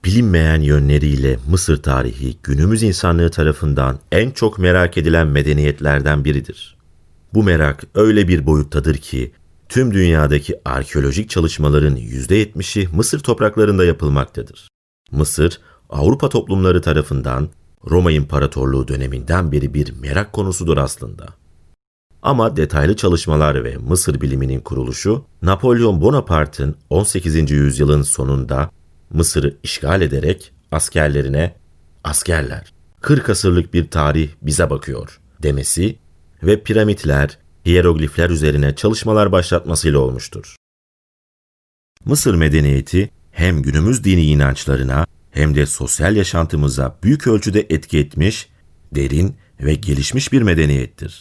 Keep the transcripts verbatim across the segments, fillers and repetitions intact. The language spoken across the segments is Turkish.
Bilinmeyen yönleriyle Mısır tarihi günümüz insanlığı tarafından en çok merak edilen medeniyetlerden biridir. Bu merak öyle bir boyuttadır ki tüm dünyadaki arkeolojik çalışmaların yüzde yetmişi Mısır topraklarında yapılmaktadır. Mısır, Avrupa toplumları tarafından Roma İmparatorluğu döneminden beri bir merak konusudur aslında. Ama detaylı çalışmalar ve Mısır biliminin kuruluşu, Napolyon Bonaparte'ın on sekizinci yüzyılın sonunda Mısır'ı işgal ederek askerlerine "Askerler, kırk asırlık bir tarih bize bakıyor" demesi ve piramitler, hiyeroglifler üzerine çalışmalar başlatmasıyla olmuştur. Mısır medeniyeti hem günümüz dini inançlarına hem de sosyal yaşantımıza büyük ölçüde etki etmiş, derin ve gelişmiş bir medeniyettir.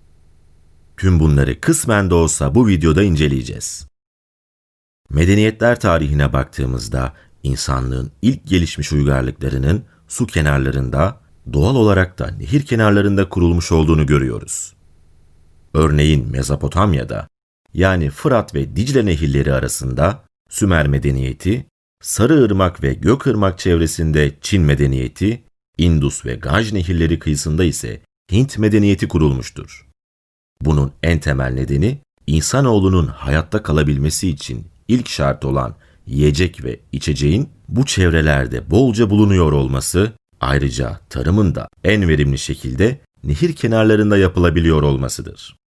Tüm bunları kısmen de olsa bu videoda inceleyeceğiz. Medeniyetler tarihine baktığımızda insanlığın ilk gelişmiş uygarlıklarının su kenarlarında, doğal olarak da nehir kenarlarında kurulmuş olduğunu görüyoruz. Örneğin Mezopotamya'da, yani Fırat ve Dicle nehirleri arasında Sümer medeniyeti, Sarıırmak ve Gökırmak çevresinde Çin medeniyeti, Indus ve Ganj nehirleri kıyısında ise Hint medeniyeti kurulmuştur. Bunun en temel nedeni, insanoğlunun hayatta kalabilmesi için ilk şart olan yiyecek ve içeceğin bu çevrelerde bolca bulunuyor olması, ayrıca tarımın da en verimli şekilde nehir kenarlarında yapılabiliyor olmasıdır.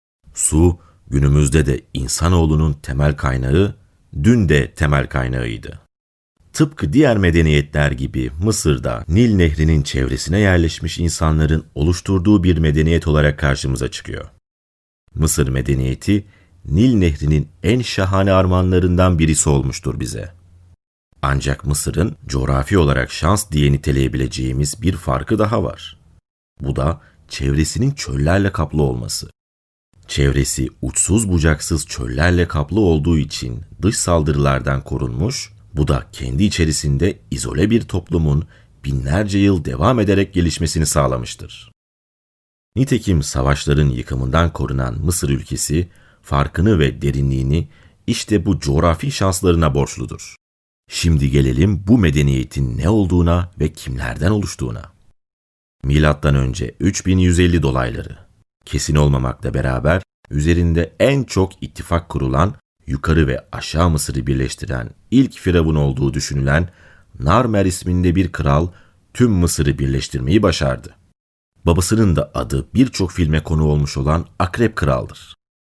Su, günümüzde de insanoğlunun temel kaynağı, dün de temel kaynağıydı. Tıpkı diğer medeniyetler gibi Mısır'da Nil Nehri'nin çevresine yerleşmiş insanların oluşturduğu bir medeniyet olarak karşımıza çıkıyor. Mısır medeniyeti, Nil Nehri'nin en şahane armağanlarından birisi olmuştur bize. Ancak Mısır'ın coğrafi olarak şans diye niteleyebileceğimiz bir farkı daha var. Bu da çevresinin çöllerle kaplı olması. Çevresi uçsuz bucaksız çöllerle kaplı olduğu için dış saldırılardan korunmuş, bu da kendi içerisinde izole bir toplumun binlerce yıl devam ederek gelişmesini sağlamıştır. Nitekim savaşların yıkımından korunan Mısır ülkesi, farkını ve derinliğini işte bu coğrafi şanslarına borçludur. Şimdi gelelim bu medeniyetin ne olduğuna ve kimlerden oluştuğuna. Milattan önce üç bin yüz elli dolayları. Kesin olmamakla beraber üzerinde en çok ittifak kurulan, yukarı ve aşağı Mısır'ı birleştiren ilk firavun olduğu düşünülen Narmer isminde bir kral tüm Mısır'ı birleştirmeyi başardı. Babasının da adı birçok filme konu olmuş olan Akrep Kral'dır.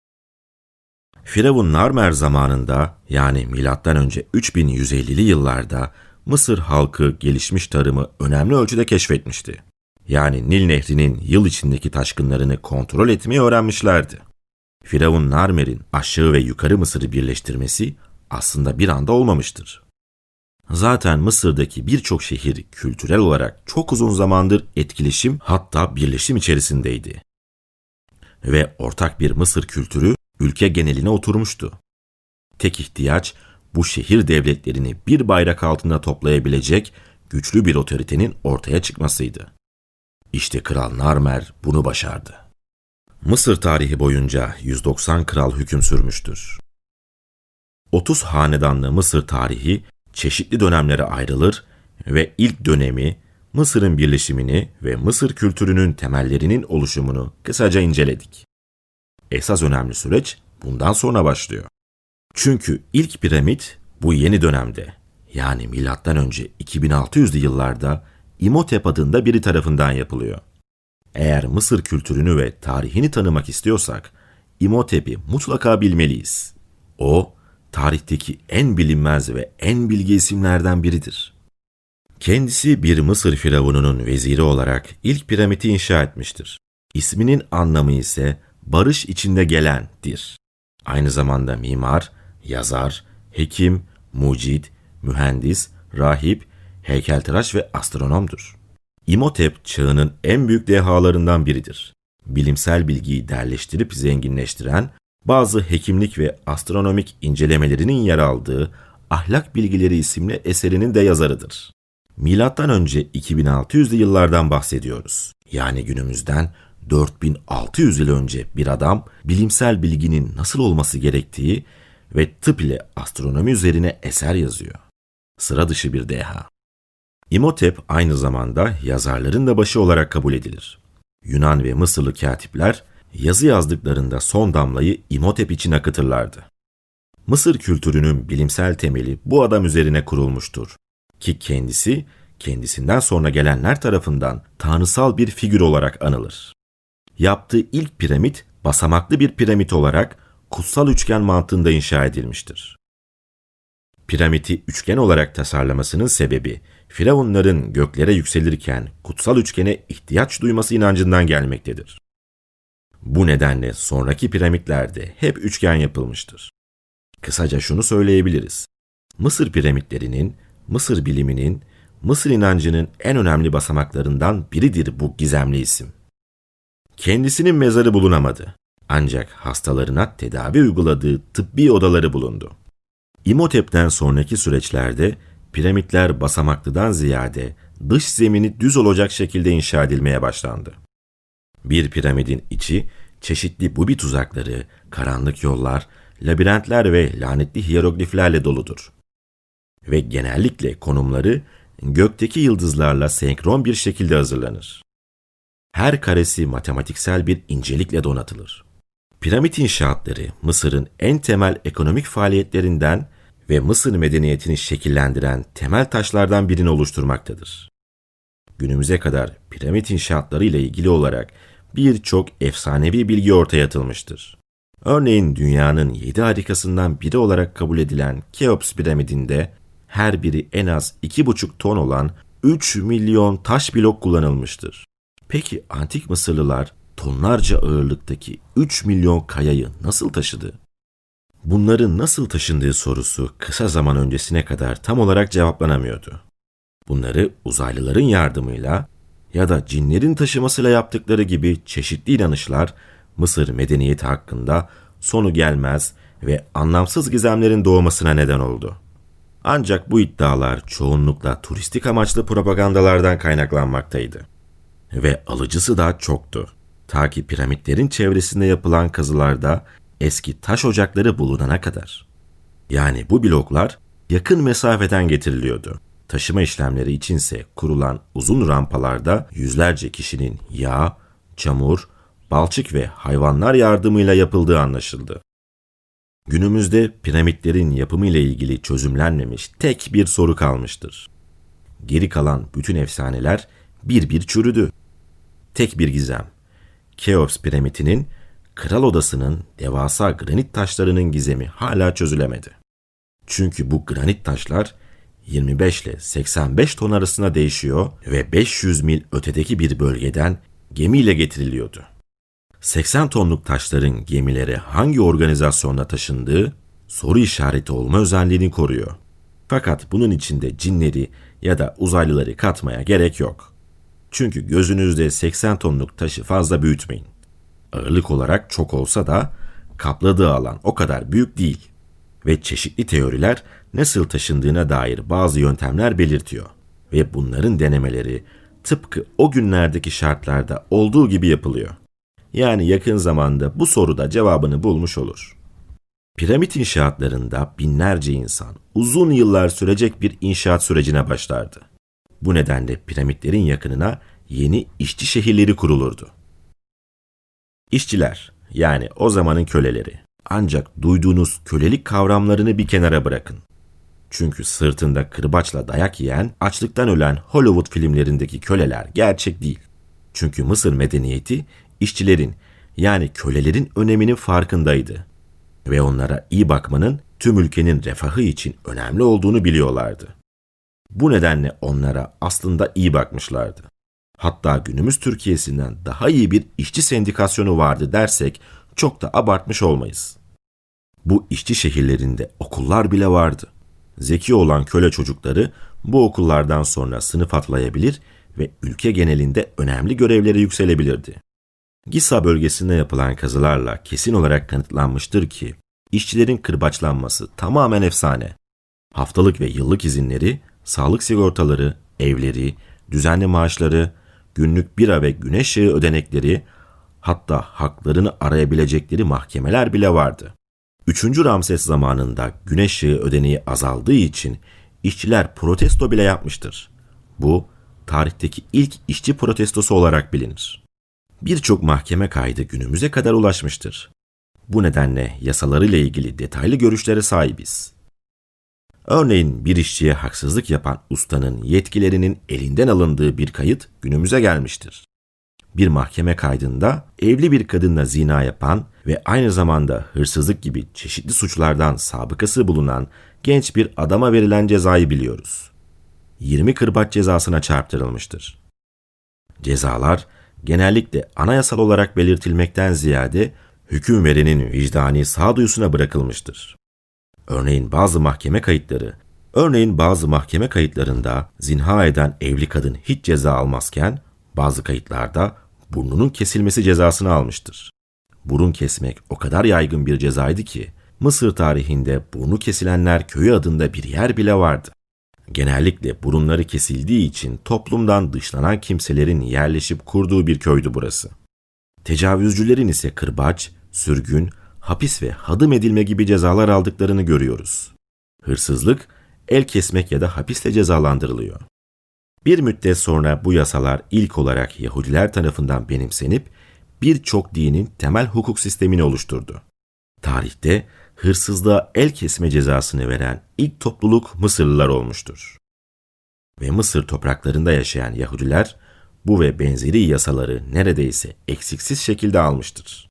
Firavun Narmer zamanında, yani milattan önce üç bin yüz ellili yıllarda Mısır halkı gelişmiş tarımı önemli ölçüde keşfetmişti. Yani Nil Nehri'nin yıl içindeki taşkınlarını kontrol etmeyi öğrenmişlerdi. Firavun Narmer'in aşağı ve yukarı Mısır'ı birleştirmesi aslında bir anda olmamıştır. Zaten Mısır'daki birçok şehir kültürel olarak çok uzun zamandır etkileşim, hatta birleşim içerisindeydi. Ve ortak bir Mısır kültürü ülke geneline oturmuştu. Tek ihtiyaç bu şehir devletlerini bir bayrak altında toplayabilecek güçlü bir otoritenin ortaya çıkmasıydı. İşte Kral Narmer bunu başardı. Mısır tarihi boyunca yüz doksan kral hüküm sürmüştür. otuz hanedanlı Mısır tarihi çeşitli dönemlere ayrılır ve ilk dönemi, Mısır'ın birleşimini ve Mısır kültürünün temellerinin oluşumunu kısaca inceledik. Esas önemli süreç bundan sonra başlıyor. Çünkü ilk piramit bu yeni dönemde, yani milattan önce iki bin altı yüzlü yıllarda İmhotep adında biri tarafından yapılıyor. Eğer Mısır kültürünü ve tarihini tanımak istiyorsak, İmhotep'i mutlaka bilmeliyiz. O, tarihteki en bilinmez ve en bilge isimlerden biridir. Kendisi bir Mısır firavununun veziri olarak ilk piramidi inşa etmiştir. İsminin anlamı ise barış içinde gelendir. Aynı zamanda mimar, yazar, hekim, mucit, mühendis, rahip, heykeltıraş ve astronomdur. İmhotep çağının en büyük dehalarından biridir. Bilimsel bilgiyi derleştirip zenginleştiren, bazı hekimlik ve astronomik incelemelerinin yer aldığı Ahlak Bilgileri isimli eserinin de yazarıdır. Milattan önce iki bin altı yüzlü yıllardan bahsediyoruz. Yani günümüzden dört bin altı yüz yıl önce bir adam bilimsel bilginin nasıl olması gerektiği ve tıp ile astronomi üzerine eser yazıyor. Sıra dışı bir deha. İmhotep aynı zamanda yazarların da başı olarak kabul edilir. Yunan ve Mısırlı katipler yazı yazdıklarında son damlayı İmhotep için akıtırlardı. Mısır kültürünün bilimsel temeli bu adam üzerine kurulmuştur. Ki kendisi, kendisinden sonra gelenler tarafından tanrısal bir figür olarak anılır. Yaptığı ilk piramit, basamaklı bir piramit olarak kutsal üçgen mantığında inşa edilmiştir. Piramidi üçgen olarak tasarlamasının sebebi, Firavunların göklere yükselirken kutsal üçgene ihtiyaç duyması inancından gelmektedir. Bu nedenle sonraki piramitlerde hep üçgen yapılmıştır. Kısaca şunu söyleyebiliriz. Mısır piramitlerinin, Mısır biliminin, Mısır inancının en önemli basamaklarından biridir bu gizemli isim. Kendisinin mezarı bulunamadı. Ancak hastalarına tedavi uyguladığı tıbbi odaları bulundu. İmhotep'ten sonraki süreçlerde piramitler basamaklıdan ziyade dış zemini düz olacak şekilde inşa edilmeye başlandı. Bir piramidin içi çeşitli bubi tuzakları, karanlık yollar, labirentler ve lanetli hiyerogliflerle doludur. Ve genellikle konumları gökteki yıldızlarla senkron bir şekilde hazırlanır. Her karesi matematiksel bir incelikle donatılır. Piramit inşaatları Mısır'ın en temel ekonomik faaliyetlerinden ve Mısır medeniyetini şekillendiren temel taşlardan birini oluşturmaktadır. Günümüze kadar piramit inşaatları ile ilgili olarak birçok efsanevi bilgi ortaya atılmıştır. Örneğin dünyanın yedi harikasından biri olarak kabul edilen Keops piramidinde her biri en az iki buçuk ton olan üç milyon taş blok kullanılmıştır. Peki antik Mısırlılar tonlarca ağırlıktaki üç milyon kayayı nasıl taşıdı? Bunların nasıl taşındığı sorusu kısa zaman öncesine kadar tam olarak cevaplanamıyordu. Bunları uzaylıların yardımıyla ya da cinlerin taşımasıyla yaptıkları gibi çeşitli inanışlar Mısır medeniyeti hakkında sonu gelmez ve anlamsız gizemlerin doğmasına neden oldu. Ancak bu iddialar çoğunlukla turistik amaçlı propagandalardan kaynaklanmaktaydı. Ve alıcısı da çoktu. Ta ki piramitlerin çevresinde yapılan kazılarda eski taş ocakları bulunana kadar. Yani bu bloklar yakın mesafeden getiriliyordu. Taşıma işlemleri içinse kurulan uzun rampalarda yüzlerce kişinin yağ, çamur, balçık ve hayvanlar yardımıyla yapıldığı anlaşıldı. Günümüzde piramitlerin yapımı ile ilgili çözümlenmemiş tek bir soru kalmıştır. Geri kalan bütün efsaneler bir bir çürüdü. Tek bir gizem, Keops piramidinin kral odasının devasa granit taşlarının gizemi hala çözülemedi. Çünkü bu granit taşlar yirmi beş ile seksen beş ton arasında değişiyor ve beş yüz mil ötedeki bir bölgeden gemiyle getiriliyordu. seksen tonluk taşların gemilere hangi organizasyonla taşındığı soru işareti olma özelliğini koruyor. Fakat bunun içinde cinleri ya da uzaylıları katmaya gerek yok. Çünkü gözünüzde seksen tonluk taşı fazla büyütmeyin. Ağırlık olarak çok olsa da kapladığı alan o kadar büyük değil. Ve çeşitli teoriler nasıl taşındığına dair bazı yöntemler belirtiyor. Ve bunların denemeleri tıpkı o günlerdeki şartlarda olduğu gibi yapılıyor. Yani yakın zamanda bu soruda cevabını bulmuş olur. Piramit inşaatlarında binlerce insan uzun yıllar sürecek bir inşaat sürecine başlardı. Bu nedenle piramitlerin yakınına yeni işçi şehirleri kurulurdu. İşçiler, yani o zamanın köleleri. Ancak duyduğunuz kölelik kavramlarını bir kenara bırakın. Çünkü sırtında kırbaçla dayak yiyen, açlıktan ölen Hollywood filmlerindeki köleler gerçek değil. Çünkü Mısır medeniyeti işçilerin, yani kölelerin öneminin farkındaydı. Ve onlara iyi bakmanın tüm ülkenin refahı için önemli olduğunu biliyorlardı. Bu nedenle onlara aslında iyi bakmışlardı. Hatta günümüz Türkiye'sinden daha iyi bir işçi sendikasyonu vardı dersek çok da abartmış olmayız. Bu işçi şehirlerinde okullar bile vardı. Zeki olan köle çocukları bu okullardan sonra sınıf atlayabilir ve ülke genelinde önemli görevlere yükselebilirdi. Giza bölgesinde yapılan kazılarla kesin olarak kanıtlanmıştır ki işçilerin kırbaçlanması tamamen efsane. Haftalık ve yıllık izinleri, sağlık sigortaları, evleri, düzenli maaşları, günlük bira ve güneş yağı ödenekleri, hatta haklarını arayabilecekleri mahkemeler bile vardı. üçüncü Ramses zamanında güneş yağı ödeneği azaldığı için işçiler protesto bile yapmıştır. Bu, tarihteki ilk işçi protestosu olarak bilinir. Birçok mahkeme kaydı günümüze kadar ulaşmıştır. Bu nedenle yasalarıyla ilgili detaylı görüşlere sahibiz. Örneğin bir işçiye haksızlık yapan ustanın yetkilerinin elinden alındığı bir kayıt günümüze gelmiştir. Bir mahkeme kaydında evli bir kadınla zina yapan ve aynı zamanda hırsızlık gibi çeşitli suçlardan sabıkası bulunan genç bir adama verilen cezayı biliyoruz. yirmi kırbaç cezasına çarptırılmıştır. Cezalar genellikle anayasal olarak belirtilmekten ziyade hüküm verenin vicdani sağduyusuna bırakılmıştır. Örneğin bazı mahkeme kayıtları, örneğin bazı mahkeme kayıtlarında zinha eden evli kadın hiç ceza almazken bazı kayıtlarda burnunun kesilmesi cezasını almıştır. Burun kesmek o kadar yaygın bir cezaydı ki Mısır tarihinde burnu kesilenler köyü adında bir yer bile vardı. Genellikle burunları kesildiği için toplumdan dışlanan kimselerin yerleşip kurduğu bir köydü burası. Tecavüzcülerin ise kırbaç, sürgün, hapis ve hadım edilme gibi cezalar aldıklarını görüyoruz. Hırsızlık, el kesmek ya da hapisle cezalandırılıyor. Bir müddet sonra bu yasalar ilk olarak Yahudiler tarafından benimsenip birçok dinin temel hukuk sistemini oluşturdu. Tarihte hırsızlığa el kesme cezasını veren ilk topluluk Mısırlılar olmuştur. Ve Mısır topraklarında yaşayan Yahudiler bu ve benzeri yasaları neredeyse eksiksiz şekilde almıştır.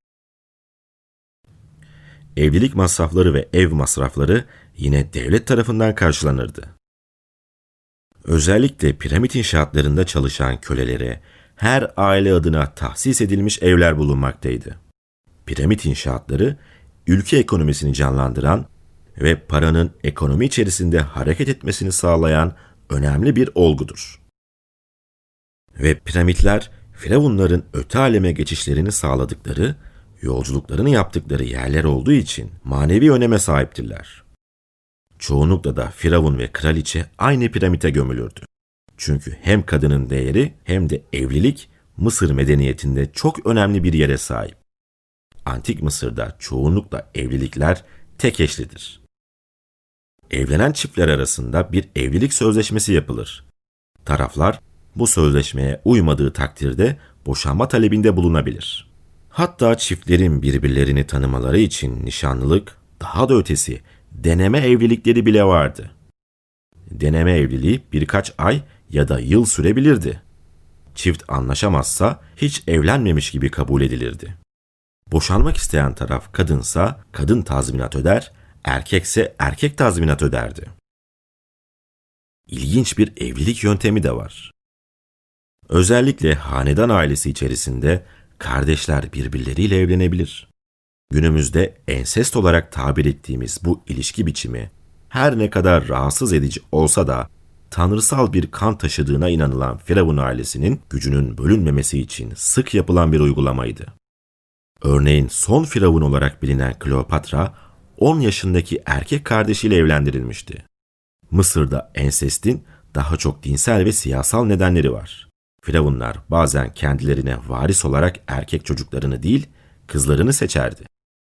Evlilik masrafları ve ev masrafları yine devlet tarafından karşılanırdı. Özellikle piramit inşaatlarında çalışan kölelere her aile adına tahsis edilmiş evler bulunmaktaydı. Piramit inşaatları, ülke ekonomisini canlandıran ve paranın ekonomi içerisinde hareket etmesini sağlayan önemli bir olgudur. Ve piramitler, firavunların öte aleme geçişlerini sağladıkları, yolculuklarını yaptıkları yerler olduğu için manevi öneme sahiptirler. Çoğunlukla da firavun ve kraliçe aynı piramite gömülürdü. Çünkü hem kadının değeri hem de evlilik Mısır medeniyetinde çok önemli bir yere sahip. Antik Mısır'da çoğunlukla evlilikler tek eşlidir. Evlenen çiftler arasında bir evlilik sözleşmesi yapılır. Taraflar bu sözleşmeye uymadığı takdirde boşanma talebinde bulunabilir. Hatta çiftlerin birbirlerini tanımaları için nişanlılık, daha da ötesi deneme evlilikleri bile vardı. Deneme evliliği birkaç ay ya da yıl sürebilirdi. Çift anlaşamazsa hiç evlenmemiş gibi kabul edilirdi. Boşanmak isteyen taraf kadınsa kadın tazminat öder, erkekse erkek tazminat öderdi. İlginç bir evlilik yöntemi de var. Özellikle hanedan ailesi içerisinde kardeşler birbirleriyle evlenebilir. Günümüzde ensest olarak tabir ettiğimiz bu ilişki biçimi her ne kadar rahatsız edici olsa da tanrısal bir kan taşıdığına inanılan Firavun ailesinin gücünün bölünmemesi için sık yapılan bir uygulamaydı. Örneğin son Firavun olarak bilinen Kleopatra on yaşındaki erkek kardeşiyle evlendirilmişti. Mısır'da ensestin daha çok dinsel ve siyasal nedenleri var. Firavunlar bazen kendilerine varis olarak erkek çocuklarını değil, kızlarını seçerdi.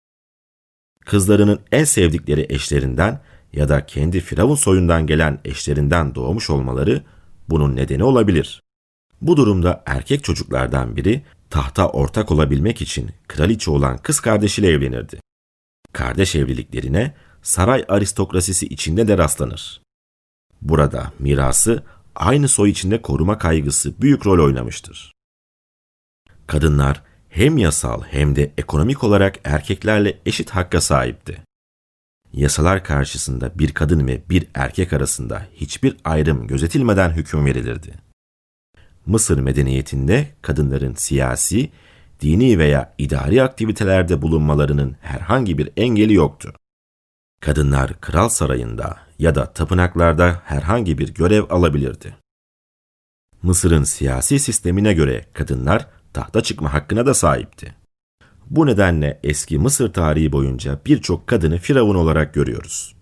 Kızlarının en sevdikleri eşlerinden ya da kendi Firavun soyundan gelen eşlerinden doğmuş olmaları bunun nedeni olabilir. Bu durumda erkek çocuklardan biri tahta ortak olabilmek için kraliçe olan kız kardeşiyle evlenirdi. Kardeş evliliklerine saray aristokrasisi içinde de rastlanır. Burada mirası aynı soy içinde koruma kaygısı büyük rol oynamıştır. Kadınlar hem yasal hem de ekonomik olarak erkeklerle eşit hakka sahipti. Yasalar karşısında bir kadın ve bir erkek arasında hiçbir ayrım gözetilmeden hüküm verilirdi. Mısır medeniyetinde kadınların siyasi, dini veya idari aktivitelerde bulunmalarının herhangi bir engeli yoktu. Kadınlar kral sarayında ya da tapınaklarda herhangi bir görev alabilirdi. Mısır'ın siyasi sistemine göre kadınlar tahta çıkma hakkına da sahipti. Bu nedenle eski Mısır tarihi boyunca birçok kadını firavun olarak görüyoruz.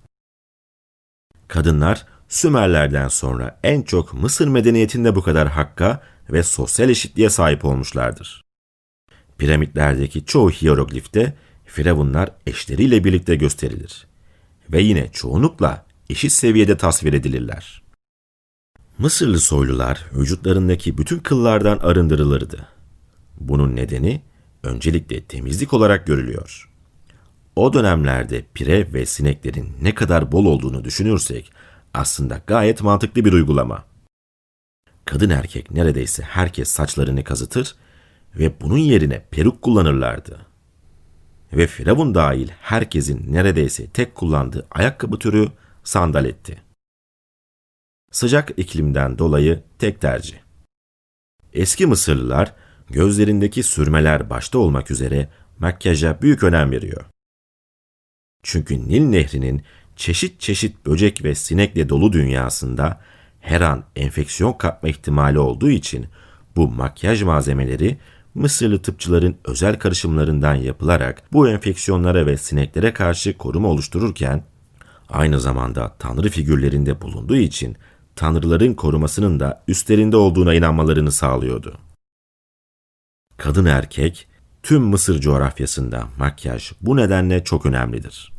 Kadınlar Sümerlerden sonra en çok Mısır medeniyetinde bu kadar hakka ve sosyal eşitliğe sahip olmuşlardır. Piramitlerdeki çoğu hiyeroglifte firavunlar eşleriyle birlikte gösterilir ve yine çoğunlukla eşit seviyede tasvir edilirler. Mısırlı soylular vücutlarındaki bütün kıllardan arındırılırdı. Bunun nedeni öncelikle temizlik olarak görülüyor. O dönemlerde pire ve sineklerin ne kadar bol olduğunu düşünürsek aslında gayet mantıklı bir uygulama. Kadın erkek neredeyse herkes saçlarını kazıtır ve bunun yerine peruk kullanırlardı. Ve Firavun dahil herkesin neredeyse tek kullandığı ayakkabı türü sandaletti. Sıcak iklimden dolayı tek tercih. Eski Mısırlılar gözlerindeki sürmeler başta olmak üzere makyaja büyük önem veriyor. Çünkü Nil Nehri'nin çeşit çeşit böcek ve sinekle dolu dünyasında her an enfeksiyon kapma ihtimali olduğu için bu makyaj malzemeleri Mısırlı tıpçıların özel karışımlarından yapılarak bu enfeksiyonlara ve sineklere karşı koruma oluştururken aynı zamanda tanrı figürlerinde bulunduğu için tanrıların korumasının da üstlerinde olduğuna inanmalarını sağlıyordu. Kadın erkek tüm Mısır coğrafyasında makyaj bu nedenle çok önemlidir.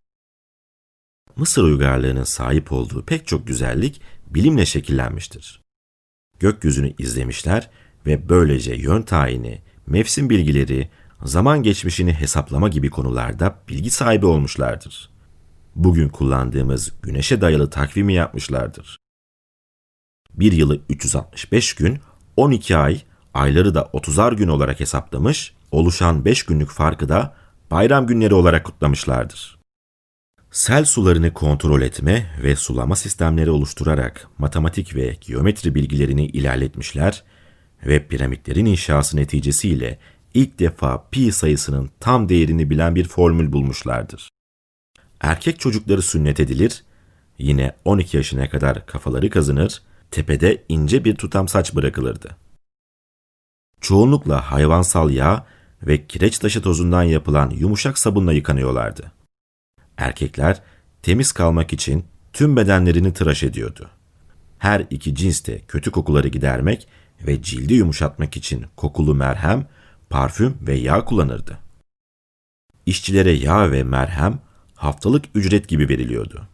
Mısır uygarlığının sahip olduğu pek çok güzellik bilimle şekillenmiştir. Gökyüzünü izlemişler ve böylece yön tayini, mevsim bilgileri, zaman geçmişini hesaplama gibi konularda bilgi sahibi olmuşlardır. Bugün kullandığımız güneşe dayalı takvimi yapmışlardır. Bir yılı üç yüz altmış beş gün, on iki ay, ayları da otuzar gün olarak hesaplamış, oluşan beş günlük farkı da bayram günleri olarak kutlamışlardır. Sel sularını kontrol etme ve sulama sistemleri oluşturarak matematik ve geometri bilgilerini ilerletmişler ve piramitlerin inşası neticesiyle ilk defa pi sayısının tam değerini bilen bir formül bulmuşlardır. Erkek çocukları sünnet edilir, yine on iki yaşına kadar kafaları kazınır, tepede ince bir tutam saç bırakılırdı. Çoğunlukla hayvansal yağ ve kireç taşı tozundan yapılan yumuşak sabunla yıkanıyorlardı. Erkekler temiz kalmak için tüm bedenlerini tıraş ediyordu. Her iki cins de kötü kokuları gidermek ve cildi yumuşatmak için kokulu merhem, parfüm ve yağ kullanırdı. İşçilere yağ ve merhem haftalık ücret gibi veriliyordu.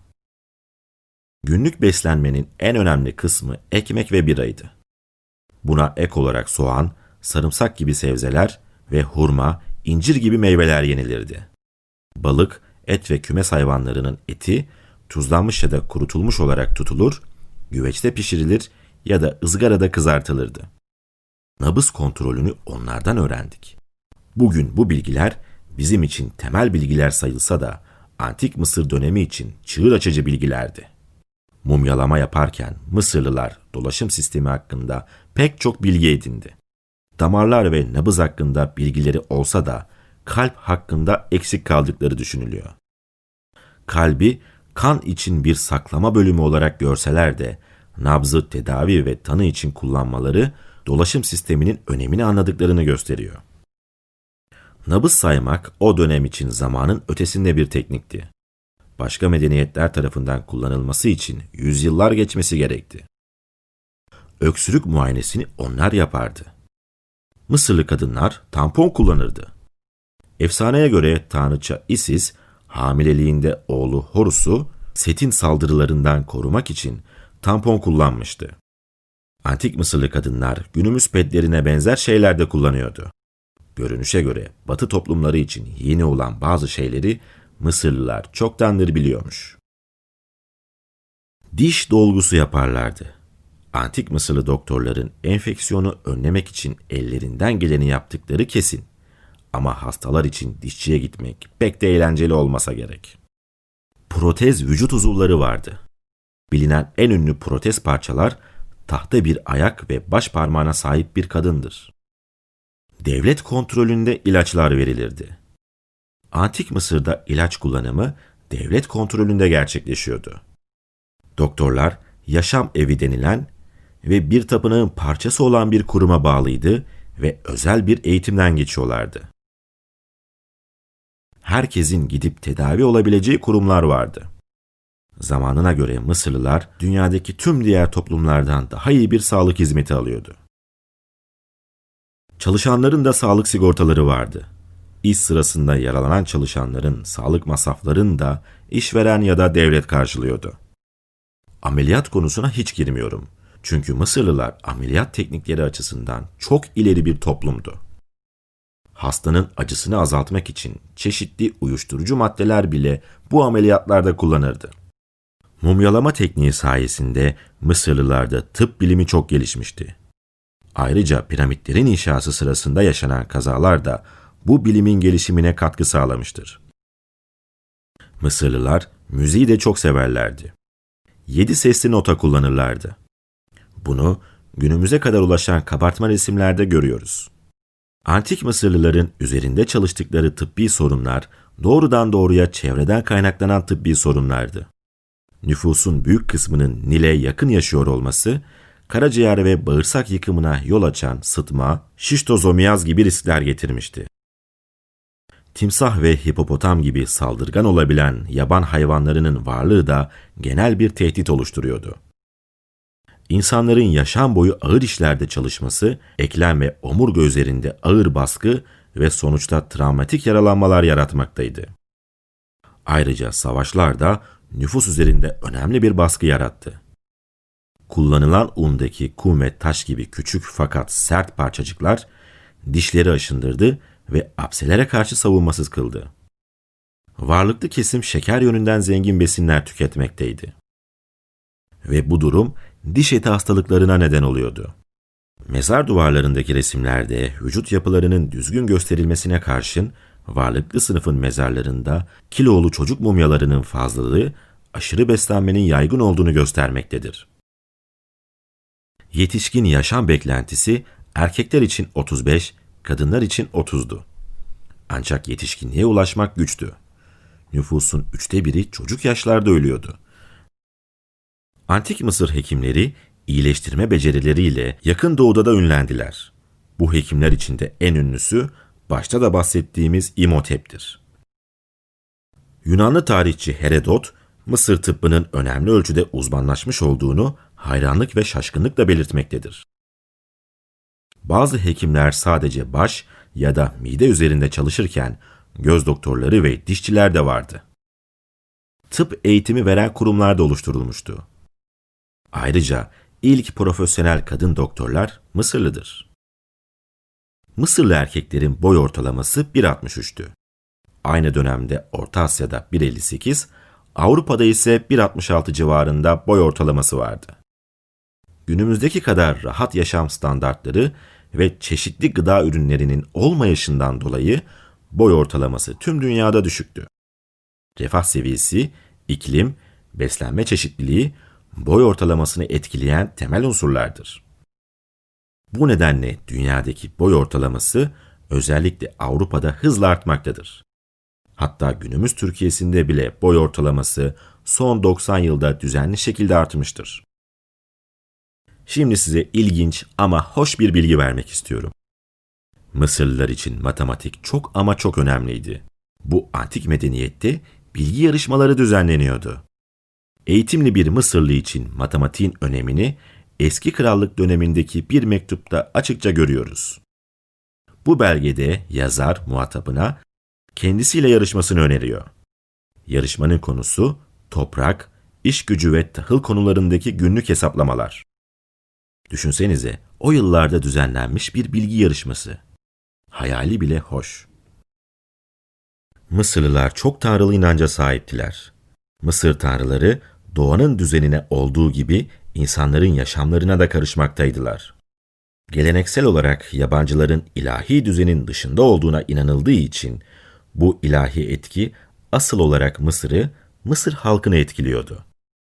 Günlük beslenmenin en önemli kısmı ekmek ve biraydı. Buna ek olarak soğan, sarımsak gibi sebzeler ve hurma, incir gibi meyveler yenilirdi. Balık, et ve kümes hayvanlarının eti tuzlanmış ya da kurutulmuş olarak tutulur, güveçte pişirilir ya da ızgarada kızartılırdı. Nabız kontrolünü onlardan öğrendik. Bugün bu bilgiler bizim için temel bilgiler sayılsa da Antik Mısır dönemi için çığır açıcı bilgilerdi. Mumyalama yaparken Mısırlılar dolaşım sistemi hakkında pek çok bilgi edindi. Damarlar ve nabız hakkında bilgileri olsa da kalp hakkında eksik kaldıkları düşünülüyor. Kalbi kan için bir saklama bölümü olarak görseler de nabzı tedavi ve tanı için kullanmaları dolaşım sisteminin önemini anladıklarını gösteriyor. Nabız saymak o dönem için zamanın ötesinde bir teknikti. Başka medeniyetler tarafından kullanılması için yüzyıllar geçmesi gerekti. Öksürük muayenesini onlar yapardı. Mısırlı kadınlar tampon kullanırdı. Efsaneye göre tanrıça Isis, hamileliğinde oğlu Horus'u Set'in saldırılarından korumak için tampon kullanmıştı. Antik Mısırlı kadınlar günümüz pedlerine benzer şeyler de kullanıyordu. Görünüşe göre Batı toplumları için yeni olan bazı şeyleri Mısırlılar çoktandır biliyormuş. Diş dolgusu yaparlardı. Antik Mısırlı doktorların enfeksiyonu önlemek için ellerinden geleni yaptıkları kesin. Ama hastalar için dişçiye gitmek pek de eğlenceli olmasa gerek. Protez vücut uzuvları vardı. Bilinen en ünlü protez parçalar tahta bir ayak ve baş parmağına sahip bir kadındır. Devlet kontrolünde ilaçlar verilirdi. Antik Mısır'da ilaç kullanımı devlet kontrolünde gerçekleşiyordu. Doktorlar yaşam evi denilen ve bir tapınağın parçası olan bir kuruma bağlıydı ve özel bir eğitimden geçiyorlardı. Herkesin gidip tedavi olabileceği kurumlar vardı. Zamanına göre Mısırlılar dünyadaki tüm diğer toplumlardan daha iyi bir sağlık hizmeti alıyordu. Çalışanların da sağlık sigortaları vardı. İş sırasında yaralanan çalışanların sağlık masraflarını da işveren ya da devlet karşılıyordu. Ameliyat konusuna hiç girmiyorum. Çünkü Mısırlılar ameliyat teknikleri açısından çok ileri bir toplumdu. Hastanın acısını azaltmak için çeşitli uyuşturucu maddeler bile bu ameliyatlarda kullanırdı. Mumyalama tekniği sayesinde Mısırlılarda tıp bilimi çok gelişmişti. Ayrıca piramitlerin inşası sırasında yaşanan kazalar da bu bilimin gelişimine katkı sağlamıştır. Mısırlılar müziği de çok severlerdi. Yedi sesli nota kullanırlardı. Bunu günümüze kadar ulaşan kabartma resimlerde görüyoruz. Antik Mısırlıların üzerinde çalıştıkları tıbbi sorunlar doğrudan doğruya çevreden kaynaklanan tıbbi sorunlardı. Nüfusun büyük kısmının Nil'e yakın yaşıyor olması, karaciğer ve bağırsak yıkımına yol açan sıtma, şiştozomiyaz gibi riskler getirmişti. Timsah ve hipopotam gibi saldırgan olabilen yaban hayvanlarının varlığı da genel bir tehdit oluşturuyordu. İnsanların yaşam boyu ağır işlerde çalışması, eklem ve omurga üzerinde ağır baskı ve sonuçta travmatik yaralanmalar yaratmaktaydı. Ayrıca savaşlar da nüfus üzerinde önemli bir baskı yarattı. Kullanılan undaki kum ve taş gibi küçük fakat sert parçacıklar dişleri aşındırdı ve apselere karşı savunmasız kıldı. Varlıklı kesim şeker yönünden zengin besinler tüketmekteydi. Ve bu durum diş eti hastalıklarına neden oluyordu. Mezar duvarlarındaki resimlerde vücut yapılarının düzgün gösterilmesine karşın varlıklı sınıfın mezarlarında kilolu çocuk mumyalarının fazlalığı aşırı beslenmenin yaygın olduğunu göstermektedir. Yetişkin yaşam beklentisi erkekler için otuz beş, kadınlar için otuzdu. Ancak yetişkinliğe ulaşmak güçtü. Nüfusun üçte biri çocuk yaşlarda ölüyordu. Antik Mısır hekimleri iyileştirme becerileriyle yakın doğuda da ünlendiler. Bu hekimler içinde en ünlüsü başta da bahsettiğimiz İmhotep'tir. Yunanlı tarihçi Herodot, Mısır tıbbının önemli ölçüde uzmanlaşmış olduğunu hayranlık ve şaşkınlıkla belirtmektedir. Bazı hekimler sadece baş ya da mide üzerinde çalışırken göz doktorları ve dişçiler de vardı. Tıp eğitimi veren kurumlar da oluşturulmuştu. Ayrıca ilk profesyonel kadın doktorlar Mısırlıdır. Mısırlı erkeklerin boy ortalaması bir altmış üçtü. Aynı dönemde Orta Asya'da bir elli sekiz, Avrupa'da ise bir altmış altı civarında boy ortalaması vardı. Günümüzdeki kadar rahat yaşam standartları ve çeşitli gıda ürünlerinin olmayışından dolayı boy ortalaması tüm dünyada düşüktü. Refah seviyesi, iklim, beslenme çeşitliliği boy ortalamasını etkileyen temel unsurlardır. Bu nedenle dünyadaki boy ortalaması özellikle Avrupa'da hızla artmaktadır. Hatta günümüz Türkiye'sinde bile boy ortalaması son doksan yılda düzenli şekilde artmıştır. Şimdi size ilginç ama hoş bir bilgi vermek istiyorum. Mısırlılar için matematik çok ama çok önemliydi. Bu antik medeniyette bilgi yarışmaları düzenleniyordu. Eğitimli bir Mısırlı için matematiğin önemini eski krallık dönemindeki bir mektupta açıkça görüyoruz. Bu belgede yazar muhatabına kendisiyle yarışmasını öneriyor. Yarışmanın konusu toprak, iş gücü ve tahıl konularındaki günlük hesaplamalar. Düşünsenize, o yıllarda düzenlenmiş bir bilgi yarışması. Hayali bile hoş. Mısırlılar çok tanrılı inanca sahiptiler. Mısır tanrıları doğanın düzenine olduğu gibi insanların yaşamlarına da karışmaktaydılar. Geleneksel olarak yabancıların ilahi düzenin dışında olduğuna inanıldığı için bu ilahi etki asıl olarak Mısır'ı, Mısır halkını etkiliyordu.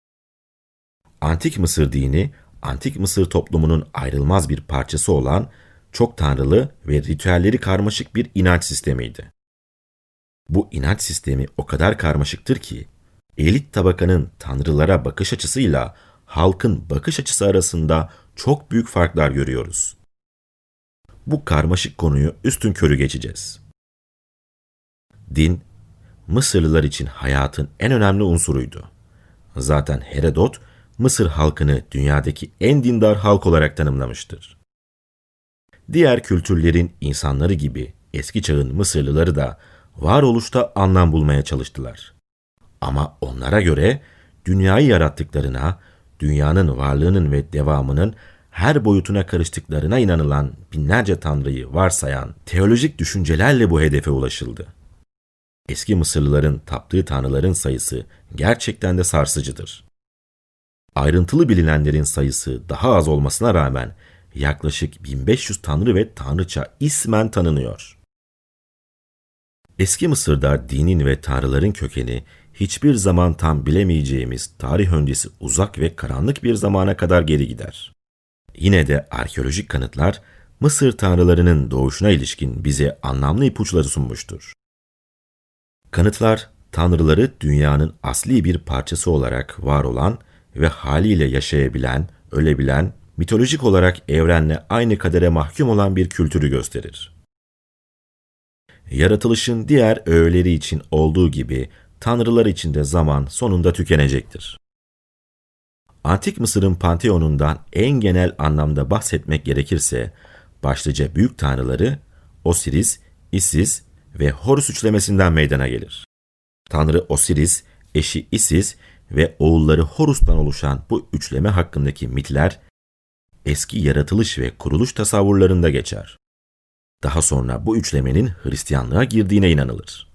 Antik Mısır dini, Antik Mısır toplumunun ayrılmaz bir parçası olan çok tanrılı ve ritüelleri karmaşık bir inanç sistemiydi. Bu inanç sistemi o kadar karmaşıktır ki, elit tabakanın tanrılara bakış açısıyla halkın bakış açısı arasında çok büyük farklar görüyoruz. Bu karmaşık konuyu üstünkörü geçeceğiz. Din, Mısırlılar için hayatın en önemli unsuruydu. Zaten Herodot, Mısır halkını dünyadaki en dindar halk olarak tanımlamıştır. Diğer kültürlerin insanları gibi eski çağın Mısırlıları da varoluşta anlam bulmaya çalıştılar. Ama onlara göre dünyayı yarattıklarına, dünyanın varlığının ve devamının her boyutuna karıştıklarına inanılan binlerce tanrıyı varsayan teolojik düşüncelerle bu hedefe ulaşıldı. Eski Mısırlıların taptığı tanrıların sayısı gerçekten de sarsıcıdır. Ayrıntılı bilinenlerin sayısı daha az olmasına rağmen yaklaşık bin beş yüz tanrı ve tanrıça ismen tanınıyor. Eski Mısır'da dinin ve tanrıların kökeni hiçbir zaman tam bilemeyeceğimiz tarih öncesi uzak ve karanlık bir zamana kadar geri gider. Yine de arkeolojik kanıtlar Mısır tanrılarının doğuşuna ilişkin bize anlamlı ipuçları sunmuştur. Kanıtlar, tanrıları dünyanın asli bir parçası olarak var olan ve haliyle yaşayabilen, ölebilen, mitolojik olarak evrenle aynı kadere mahkum olan bir kültürü gösterir. Yaratılışın diğer öğeleri için olduğu gibi tanrılar için de zaman sonunda tükenecektir. Antik Mısır'ın panteonundan en genel anlamda bahsetmek gerekirse, başlıca büyük tanrıları Osiris, Isis ve Horus üçlemesinden meydana gelir. Tanrı Osiris, eşi Isis ve oğulları Horus'tan oluşan bu üçleme hakkındaki mitler, eski yaratılış ve kuruluş tasavvurlarında geçer. Daha sonra bu üçlemenin Hristiyanlığa girdiğine inanılır.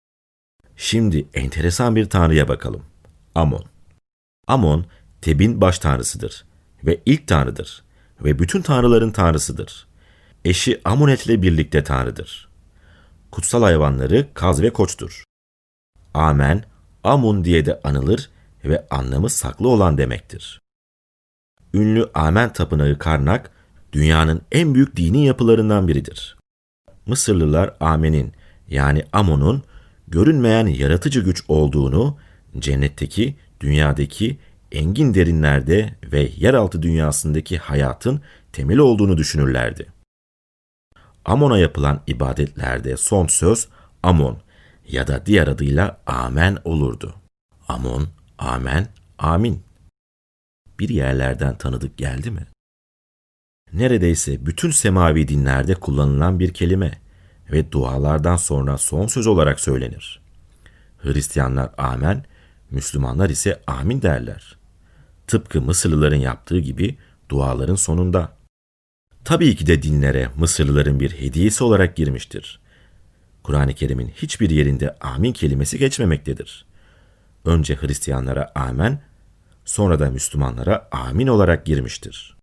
Şimdi enteresan bir tanrıya bakalım. Amon. Amon, Teb'in baş tanrısıdır ve ilk tanrıdır ve bütün tanrıların tanrısıdır. Eşi Amunet ile birlikte tanrıdır. Kutsal hayvanları kaz ve koçtur. Amen, Amun diye de anılır ve anlamı saklı olan demektir. Ünlü Amen tapınağı Karnak, dünyanın en büyük dini yapılarından biridir. Mısırlılar Amen'in yani Amon'un görünmeyen yaratıcı güç olduğunu, cennetteki, dünyadaki, engin derinlerde ve yeraltı dünyasındaki hayatın temeli olduğunu düşünürlerdi. Amon'a yapılan ibadetlerde son söz Amon ya da diğer adıyla Amen olurdu. Amon, Amen, Amin. Bir yerlerden tanıdık geldi mi? Neredeyse bütün semavi dinlerde kullanılan bir kelime ve dualardan sonra son söz olarak söylenir. Hristiyanlar Amen, Müslümanlar ise Amin derler. Tıpkı Mısırlıların yaptığı gibi duaların sonunda. Tabii ki de dinlere Mısırlıların bir hediyesi olarak girmiştir. Kur'an-ı Kerim'in hiçbir yerinde Amin kelimesi geçmemektedir. Önce Hristiyanlara Amen, sonra da Müslümanlara Amin olarak girmiştir.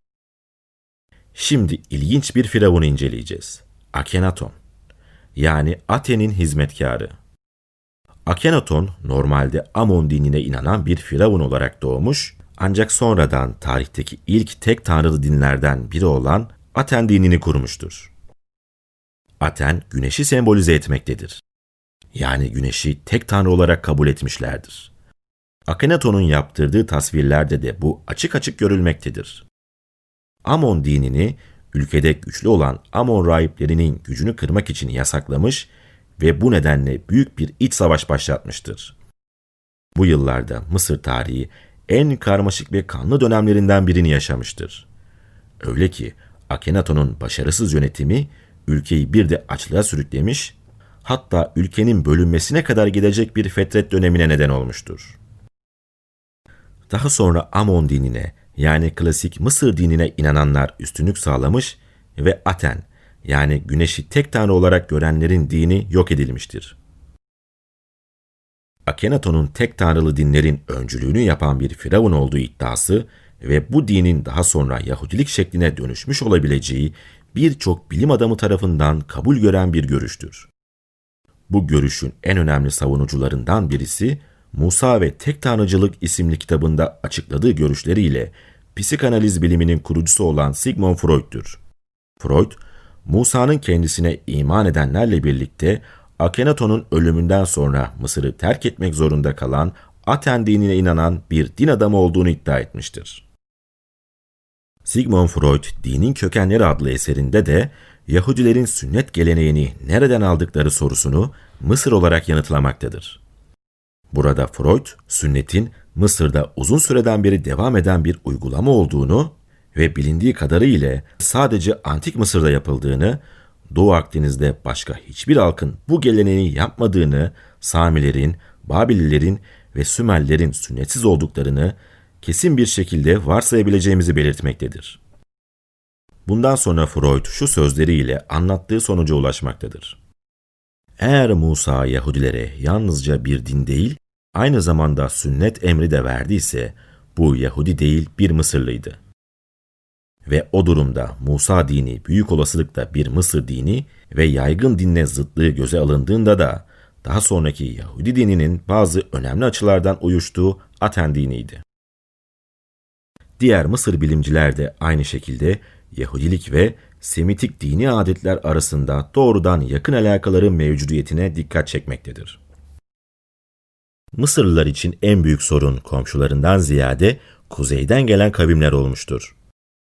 Şimdi ilginç bir firavunu inceleyeceğiz. Akhenaton, yani Aten'in hizmetkarı. Akhenaton normalde Amon dinine inanan bir firavun olarak doğmuş, ancak sonradan tarihteki ilk tek tanrılı dinlerden biri olan Aten dinini kurmuştur. Aten, güneşi sembolize etmektedir. Yani güneşi tek tanrı olarak kabul etmişlerdir. Akhenaton'un yaptırdığı tasvirlerde de bu açık açık görülmektedir. Amon dinini ülkede güçlü olan Amon rahiplerinin gücünü kırmak için yasaklamış ve bu nedenle büyük bir iç savaş başlatmıştır. Bu yıllarda Mısır tarihi en karmaşık ve kanlı dönemlerinden birini yaşamıştır. Öyle ki Akhenaton'un başarısız yönetimi ülkeyi bir de açlığa sürüklemiş, hatta ülkenin bölünmesine kadar gidecek bir fetret dönemine neden olmuştur. Daha sonra Amon dinine yani klasik Mısır dinine inananlar üstünlük sağlamış ve Aten yani güneşi tek tanrı olarak görenlerin dini yok edilmiştir. Akhenaton'un tek tanrılı dinlerin öncülüğünü yapan bir firavun olduğu iddiası ve bu dinin daha sonra Yahudilik şekline dönüşmüş olabileceği birçok bilim adamı tarafından kabul gören bir görüştür. Bu görüşün en önemli savunucularından birisi, Musa ve Tek Tanrıcılık isimli kitabında açıkladığı görüşleriyle psikanaliz biliminin kurucusu olan Sigmund Freud'dur. Freud, Musa'nın kendisine iman edenlerle birlikte Akhenaton'un ölümünden sonra Mısır'ı terk etmek zorunda kalan Aten dinine inanan bir din adamı olduğunu iddia etmiştir. Sigmund Freud, Dinin Kökenleri adlı eserinde de Yahudilerin sünnet geleneğini nereden aldıkları sorusunu Mısır olarak yanıtlamaktadır. Burada Freud, sünnetin Mısır'da uzun süreden beri devam eden bir uygulama olduğunu ve bilindiği kadarıyla sadece Antik Mısır'da yapıldığını, Doğu Akdeniz'de başka hiçbir halkın bu geleneği yapmadığını, Samilerin, Babililerin ve Sümerlerin sünnetsiz olduklarını, kesin bir şekilde varsayabileceğimizi belirtmektedir. Bundan sonra Freud şu sözleriyle anlattığı sonuca ulaşmaktadır. Eğer Musa Yahudilere yalnızca bir din değil, aynı zamanda sünnet emri de verdiyse, bu Yahudi değil bir Mısırlıydı. Ve o durumda Musa dini büyük olasılıkla bir Mısır dini ve yaygın dinle zıtlığı göze alındığında da daha sonraki Yahudi dininin bazı önemli açılardan uyuştuğu Aten diniydi. Diğer Mısır bilimciler de aynı şekilde Yahudilik ve Semitik dini adetler arasında doğrudan yakın alakaların mevcudiyetine dikkat çekmektedir. Mısırlılar için en büyük sorun komşularından ziyade kuzeyden gelen kavimler olmuştur.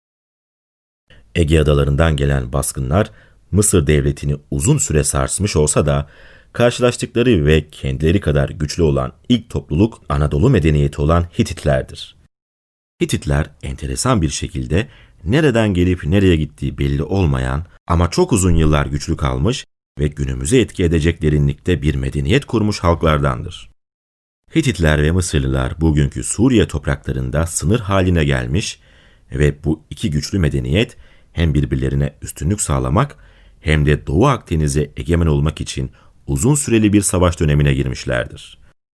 Ege adalarından gelen baskınlar Mısır devletini uzun süre sarsmış olsa da karşılaştıkları ve kendileri kadar güçlü olan ilk topluluk Anadolu medeniyeti olan Hititlerdir. Hititler enteresan bir şekilde nereden gelip nereye gittiği belli olmayan ama çok uzun yıllar güçlü kalmış ve günümüze etki edecek derinlikte bir medeniyet kurmuş halklardandır. Hititler ve Mısırlılar bugünkü Suriye topraklarında sınır haline gelmiş ve bu iki güçlü medeniyet hem birbirlerine üstünlük sağlamak hem de Doğu Akdeniz'e egemen olmak için uzun süreli bir savaş dönemine girmişlerdir.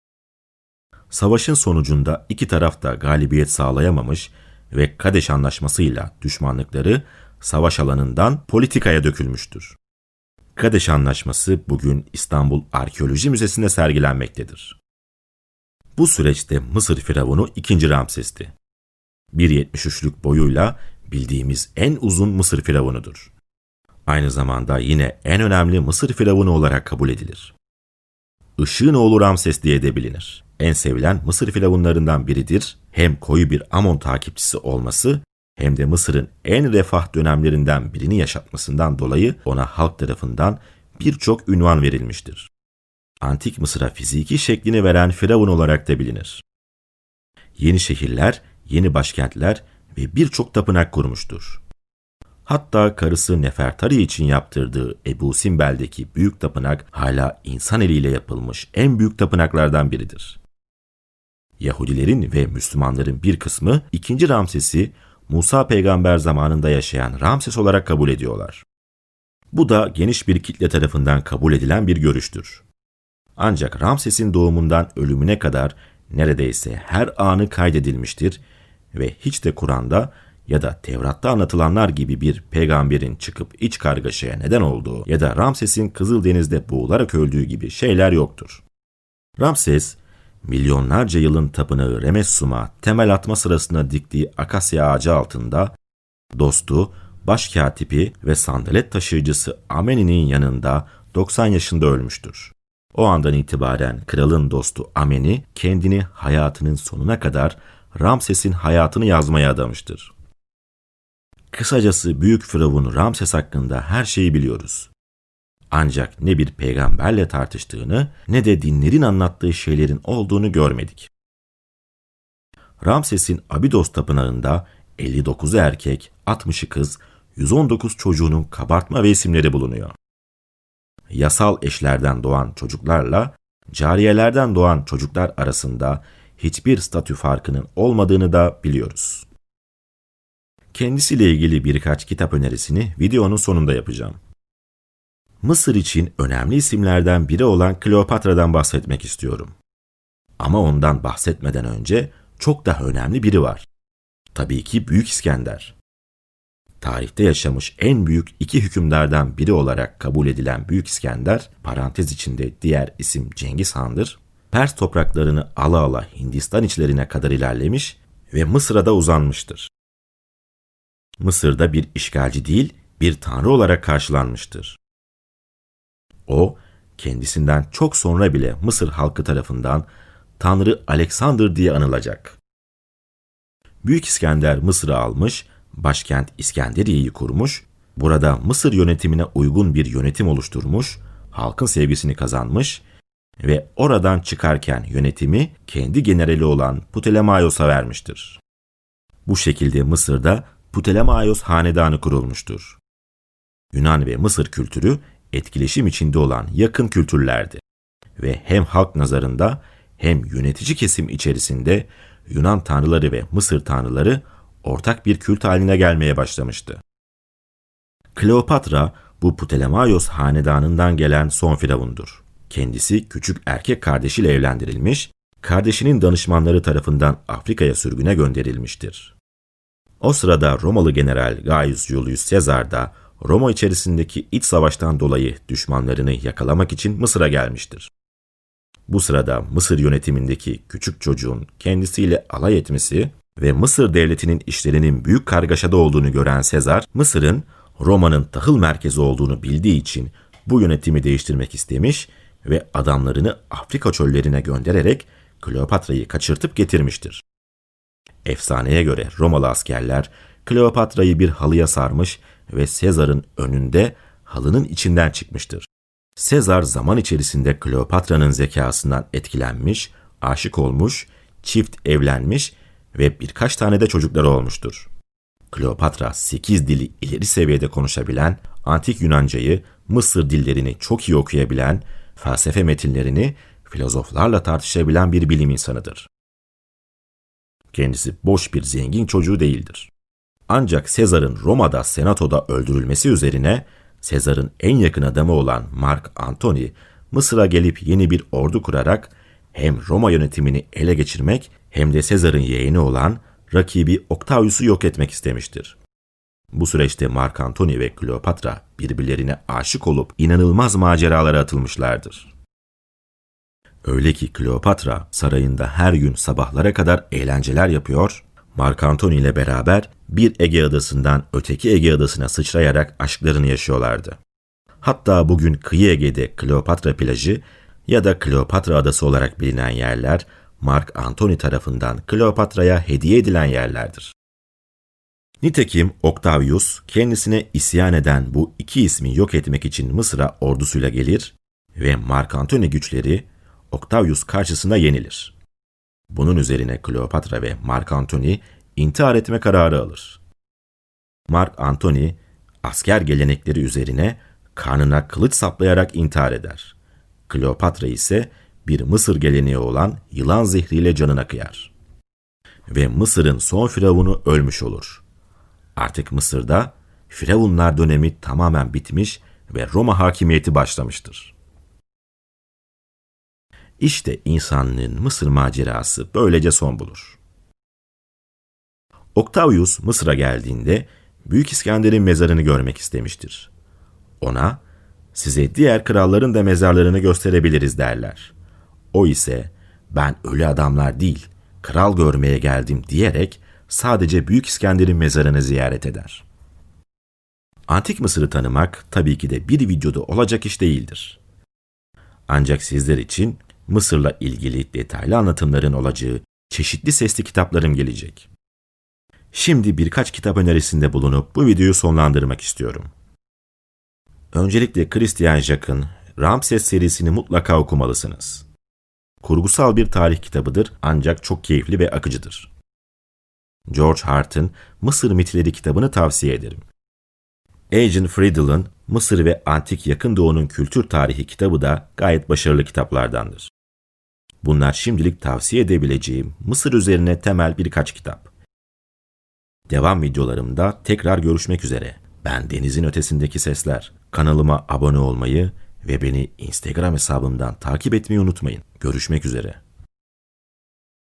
Savaşın sonucunda iki taraf da galibiyet sağlayamamış ve Kadeş Anlaşması'yla düşmanlıkları savaş alanından politikaya dökülmüştür. Kadeş Anlaşması bugün İstanbul Arkeoloji Müzesi'nde sergilenmektedir. Bu süreçte Mısır Firavunu ikinci Ramses'ti. bir yetmiş üçlük boyuyla bildiğimiz en uzun Mısır Firavunudur. Aynı zamanda yine en önemli Mısır Firavunu olarak kabul edilir. Işığın oğlu Ramses diye de bilinir. En sevilen Mısır firavunlarından biridir. Hem koyu bir Amon takipçisi olması hem de Mısır'ın en refah dönemlerinden birini yaşatmasından dolayı ona halk tarafından birçok ünvan verilmiştir. Antik Mısır'a fiziki şeklini veren Firavun olarak da bilinir. Yeni şehirler, yeni başkentler ve birçok tapınak kurmuştur. Hatta karısı Nefertari için yaptırdığı Ebu Simbel'deki büyük tapınak hala insan eliyle yapılmış en büyük tapınaklardan biridir. Yahudilerin ve Müslümanların bir kısmı ikinci Ramses'i Musa peygamber zamanında yaşayan Ramses olarak kabul ediyorlar. Bu da geniş bir kitle tarafından kabul edilen bir görüştür. Ancak Ramses'in doğumundan ölümüne kadar neredeyse her anı kaydedilmiştir ve hiç de Kur'an'da ya da Tevrat'ta anlatılanlar gibi bir peygamberin çıkıp iç kargaşaya neden olduğu ya da Ramses'in Kızıldeniz'de boğularak öldüğü gibi şeyler yoktur. Ramses, milyonlarca yılın tapınağı Remessum'a temel atma sırasında diktiği akasya ağacı altında, dostu, başkatibi ve sandalet taşıyıcısı Ameni'nin yanında doksan yaşında ölmüştür. O andan itibaren kralın dostu Ameni kendini hayatının sonuna kadar Ramses'in hayatını yazmaya adamıştır. Kısacası Büyük Firavun Ramses hakkında her şeyi biliyoruz. Ancak ne bir peygamberle tartıştığını ne de dinlerin anlattığı şeylerin olduğunu görmedik. Ramses'in Abidos tapınağında elli dokuzu erkek, altmışı kız, yüz on dokuz çocuğunun kabartma ve isimleri bulunuyor. Yasal eşlerden doğan çocuklarla cariyelerden doğan çocuklar arasında hiçbir statü farkının olmadığını da biliyoruz. Kendisiyle ilgili birkaç kitap önerisini videonun sonunda yapacağım. Mısır için önemli isimlerden biri olan Kleopatra'dan bahsetmek istiyorum. Ama ondan bahsetmeden önce çok daha önemli biri var. Tabii ki Büyük İskender. Tarihte yaşamış en büyük iki hükümdardan biri olarak kabul edilen Büyük İskender, parantez içinde diğer isim Cengiz Han'dır, Pers topraklarını ala ala Hindistan içlerine kadar ilerlemiş ve Mısır'a da uzanmıştır. Mısır'da bir işgalci değil, bir tanrı olarak karşılanmıştır. O, kendisinden çok sonra bile Mısır halkı tarafından Tanrı Alexander diye anılacak. Büyük İskender Mısır'ı almış, başkent İskenderiye'yi kurmuş, burada Mısır yönetimine uygun bir yönetim oluşturmuş, halkın sevgisini kazanmış ve oradan çıkarken yönetimi kendi generali olan Ptolemaios'a vermiştir. Bu şekilde Mısır'da Ptolemaios hanedanı kurulmuştur. Yunan ve Mısır kültürü etkileşim içinde olan yakın kültürlerdi ve hem halk nazarında hem yönetici kesim içerisinde Yunan tanrıları ve Mısır tanrıları ortak bir kült haline gelmeye başlamıştı. Kleopatra bu Ptolemaios hanedanından gelen son firavundur. Kendisi küçük erkek kardeşiyle evlendirilmiş, kardeşinin danışmanları tarafından Afrika'ya sürgüne gönderilmiştir. O sırada Romalı general Gaius Julius Caesar da Roma içerisindeki iç savaştan dolayı düşmanlarını yakalamak için Mısır'a gelmiştir. Bu sırada Mısır yönetimindeki küçük çocuğun kendisiyle alay etmesi ve Mısır devletinin işlerinin büyük kargaşada olduğunu gören Sezar, Mısır'ın Roma'nın tahıl merkezi olduğunu bildiği için bu yönetimi değiştirmek istemiş ve adamlarını Afrika çöllerine göndererek Kleopatra'yı kaçırtıp getirmiştir. Efsaneye göre Romalı askerler Kleopatra'yı bir halıya sarmış ve Sezar'ın önünde halının içinden çıkmıştır. Sezar zaman içerisinde Kleopatra'nın zekasından etkilenmiş, aşık olmuş, çift evlenmiş ve birkaç tane de çocukları olmuştur. Kleopatra sekiz dili ileri seviyede konuşabilen, antik Yunancayı, Mısır dillerini çok iyi okuyabilen, felsefe metinlerini filozoflarla tartışabilen bir bilim insanıdır. Kendisi boş bir zengin çocuğu değildir. Ancak Sezar'ın Roma'da senatoda öldürülmesi üzerine Sezar'ın en yakın adamı olan Mark Antony, Mısır'a gelip yeni bir ordu kurarak hem Roma yönetimini ele geçirmek hem de Sezar'ın yeğeni olan rakibi Octavius'u yok etmek istemiştir. Bu süreçte Mark Antony ve Kleopatra birbirlerine aşık olup inanılmaz maceralara atılmışlardır. Öyle ki Kleopatra sarayında her gün sabahlara kadar eğlenceler yapıyor, Mark Antony ile beraber bir Ege adasından öteki Ege adasına sıçrayarak aşklarını yaşıyorlardı. Hatta bugün kıyı Ege'de Kleopatra plajı ya da Kleopatra adası olarak bilinen yerler, Mark Antony tarafından Kleopatra'ya hediye edilen yerlerdir. Nitekim Octavius kendisine isyan eden bu iki ismi yok etmek için Mısır'a ordusuyla gelir ve Mark Antony güçleri Octavius karşısında yenilir. Bunun üzerine Kleopatra ve Mark Antony intihar etme kararı alır. Mark Antony asker gelenekleri üzerine karnına kılıç saplayarak intihar eder. Kleopatra ise bir Mısır geleneği olan yılan zehriyle canına kıyar. Ve Mısır'ın son firavunu ölmüş olur. Artık Mısır'da firavunlar dönemi tamamen bitmiş ve Roma hakimiyeti başlamıştır. İşte insanlığın Mısır macerası böylece son bulur. Octavius Mısır'a geldiğinde Büyük İskender'in mezarını görmek istemiştir. Ona, size diğer kralların da mezarlarını gösterebiliriz derler. O ise, ben ölü adamlar değil, kral görmeye geldim diyerek sadece Büyük İskender'in mezarını ziyaret eder. Antik Mısır'ı tanımak tabii ki de bir videoda olacak iş değildir. Ancak sizler için Mısır'la ilgili detaylı anlatımların olacağı çeşitli sesli kitaplarım gelecek. Şimdi birkaç kitap önerisinde bulunup bu videoyu sonlandırmak istiyorum. Öncelikle Christian Jacques'in Ramses serisini mutlaka okumalısınız. Kurgusal bir tarih kitabıdır ancak çok keyifli ve akıcıdır. George Hart'ın Mısır Mitleri kitabını tavsiye ederim. Eugene Friedel'ın Mısır ve Antik Yakın Doğu'nun Kültür Tarihi kitabı da gayet başarılı kitaplardandır. Bunlar şimdilik tavsiye edebileceğim Mısır üzerine temel birkaç kitap. Devam videolarımda tekrar görüşmek üzere. Ben Denizin Ötesindeki Sesler. Kanalıma abone olmayı ve beni Instagram hesabımdan takip etmeyi unutmayın. Görüşmek üzere.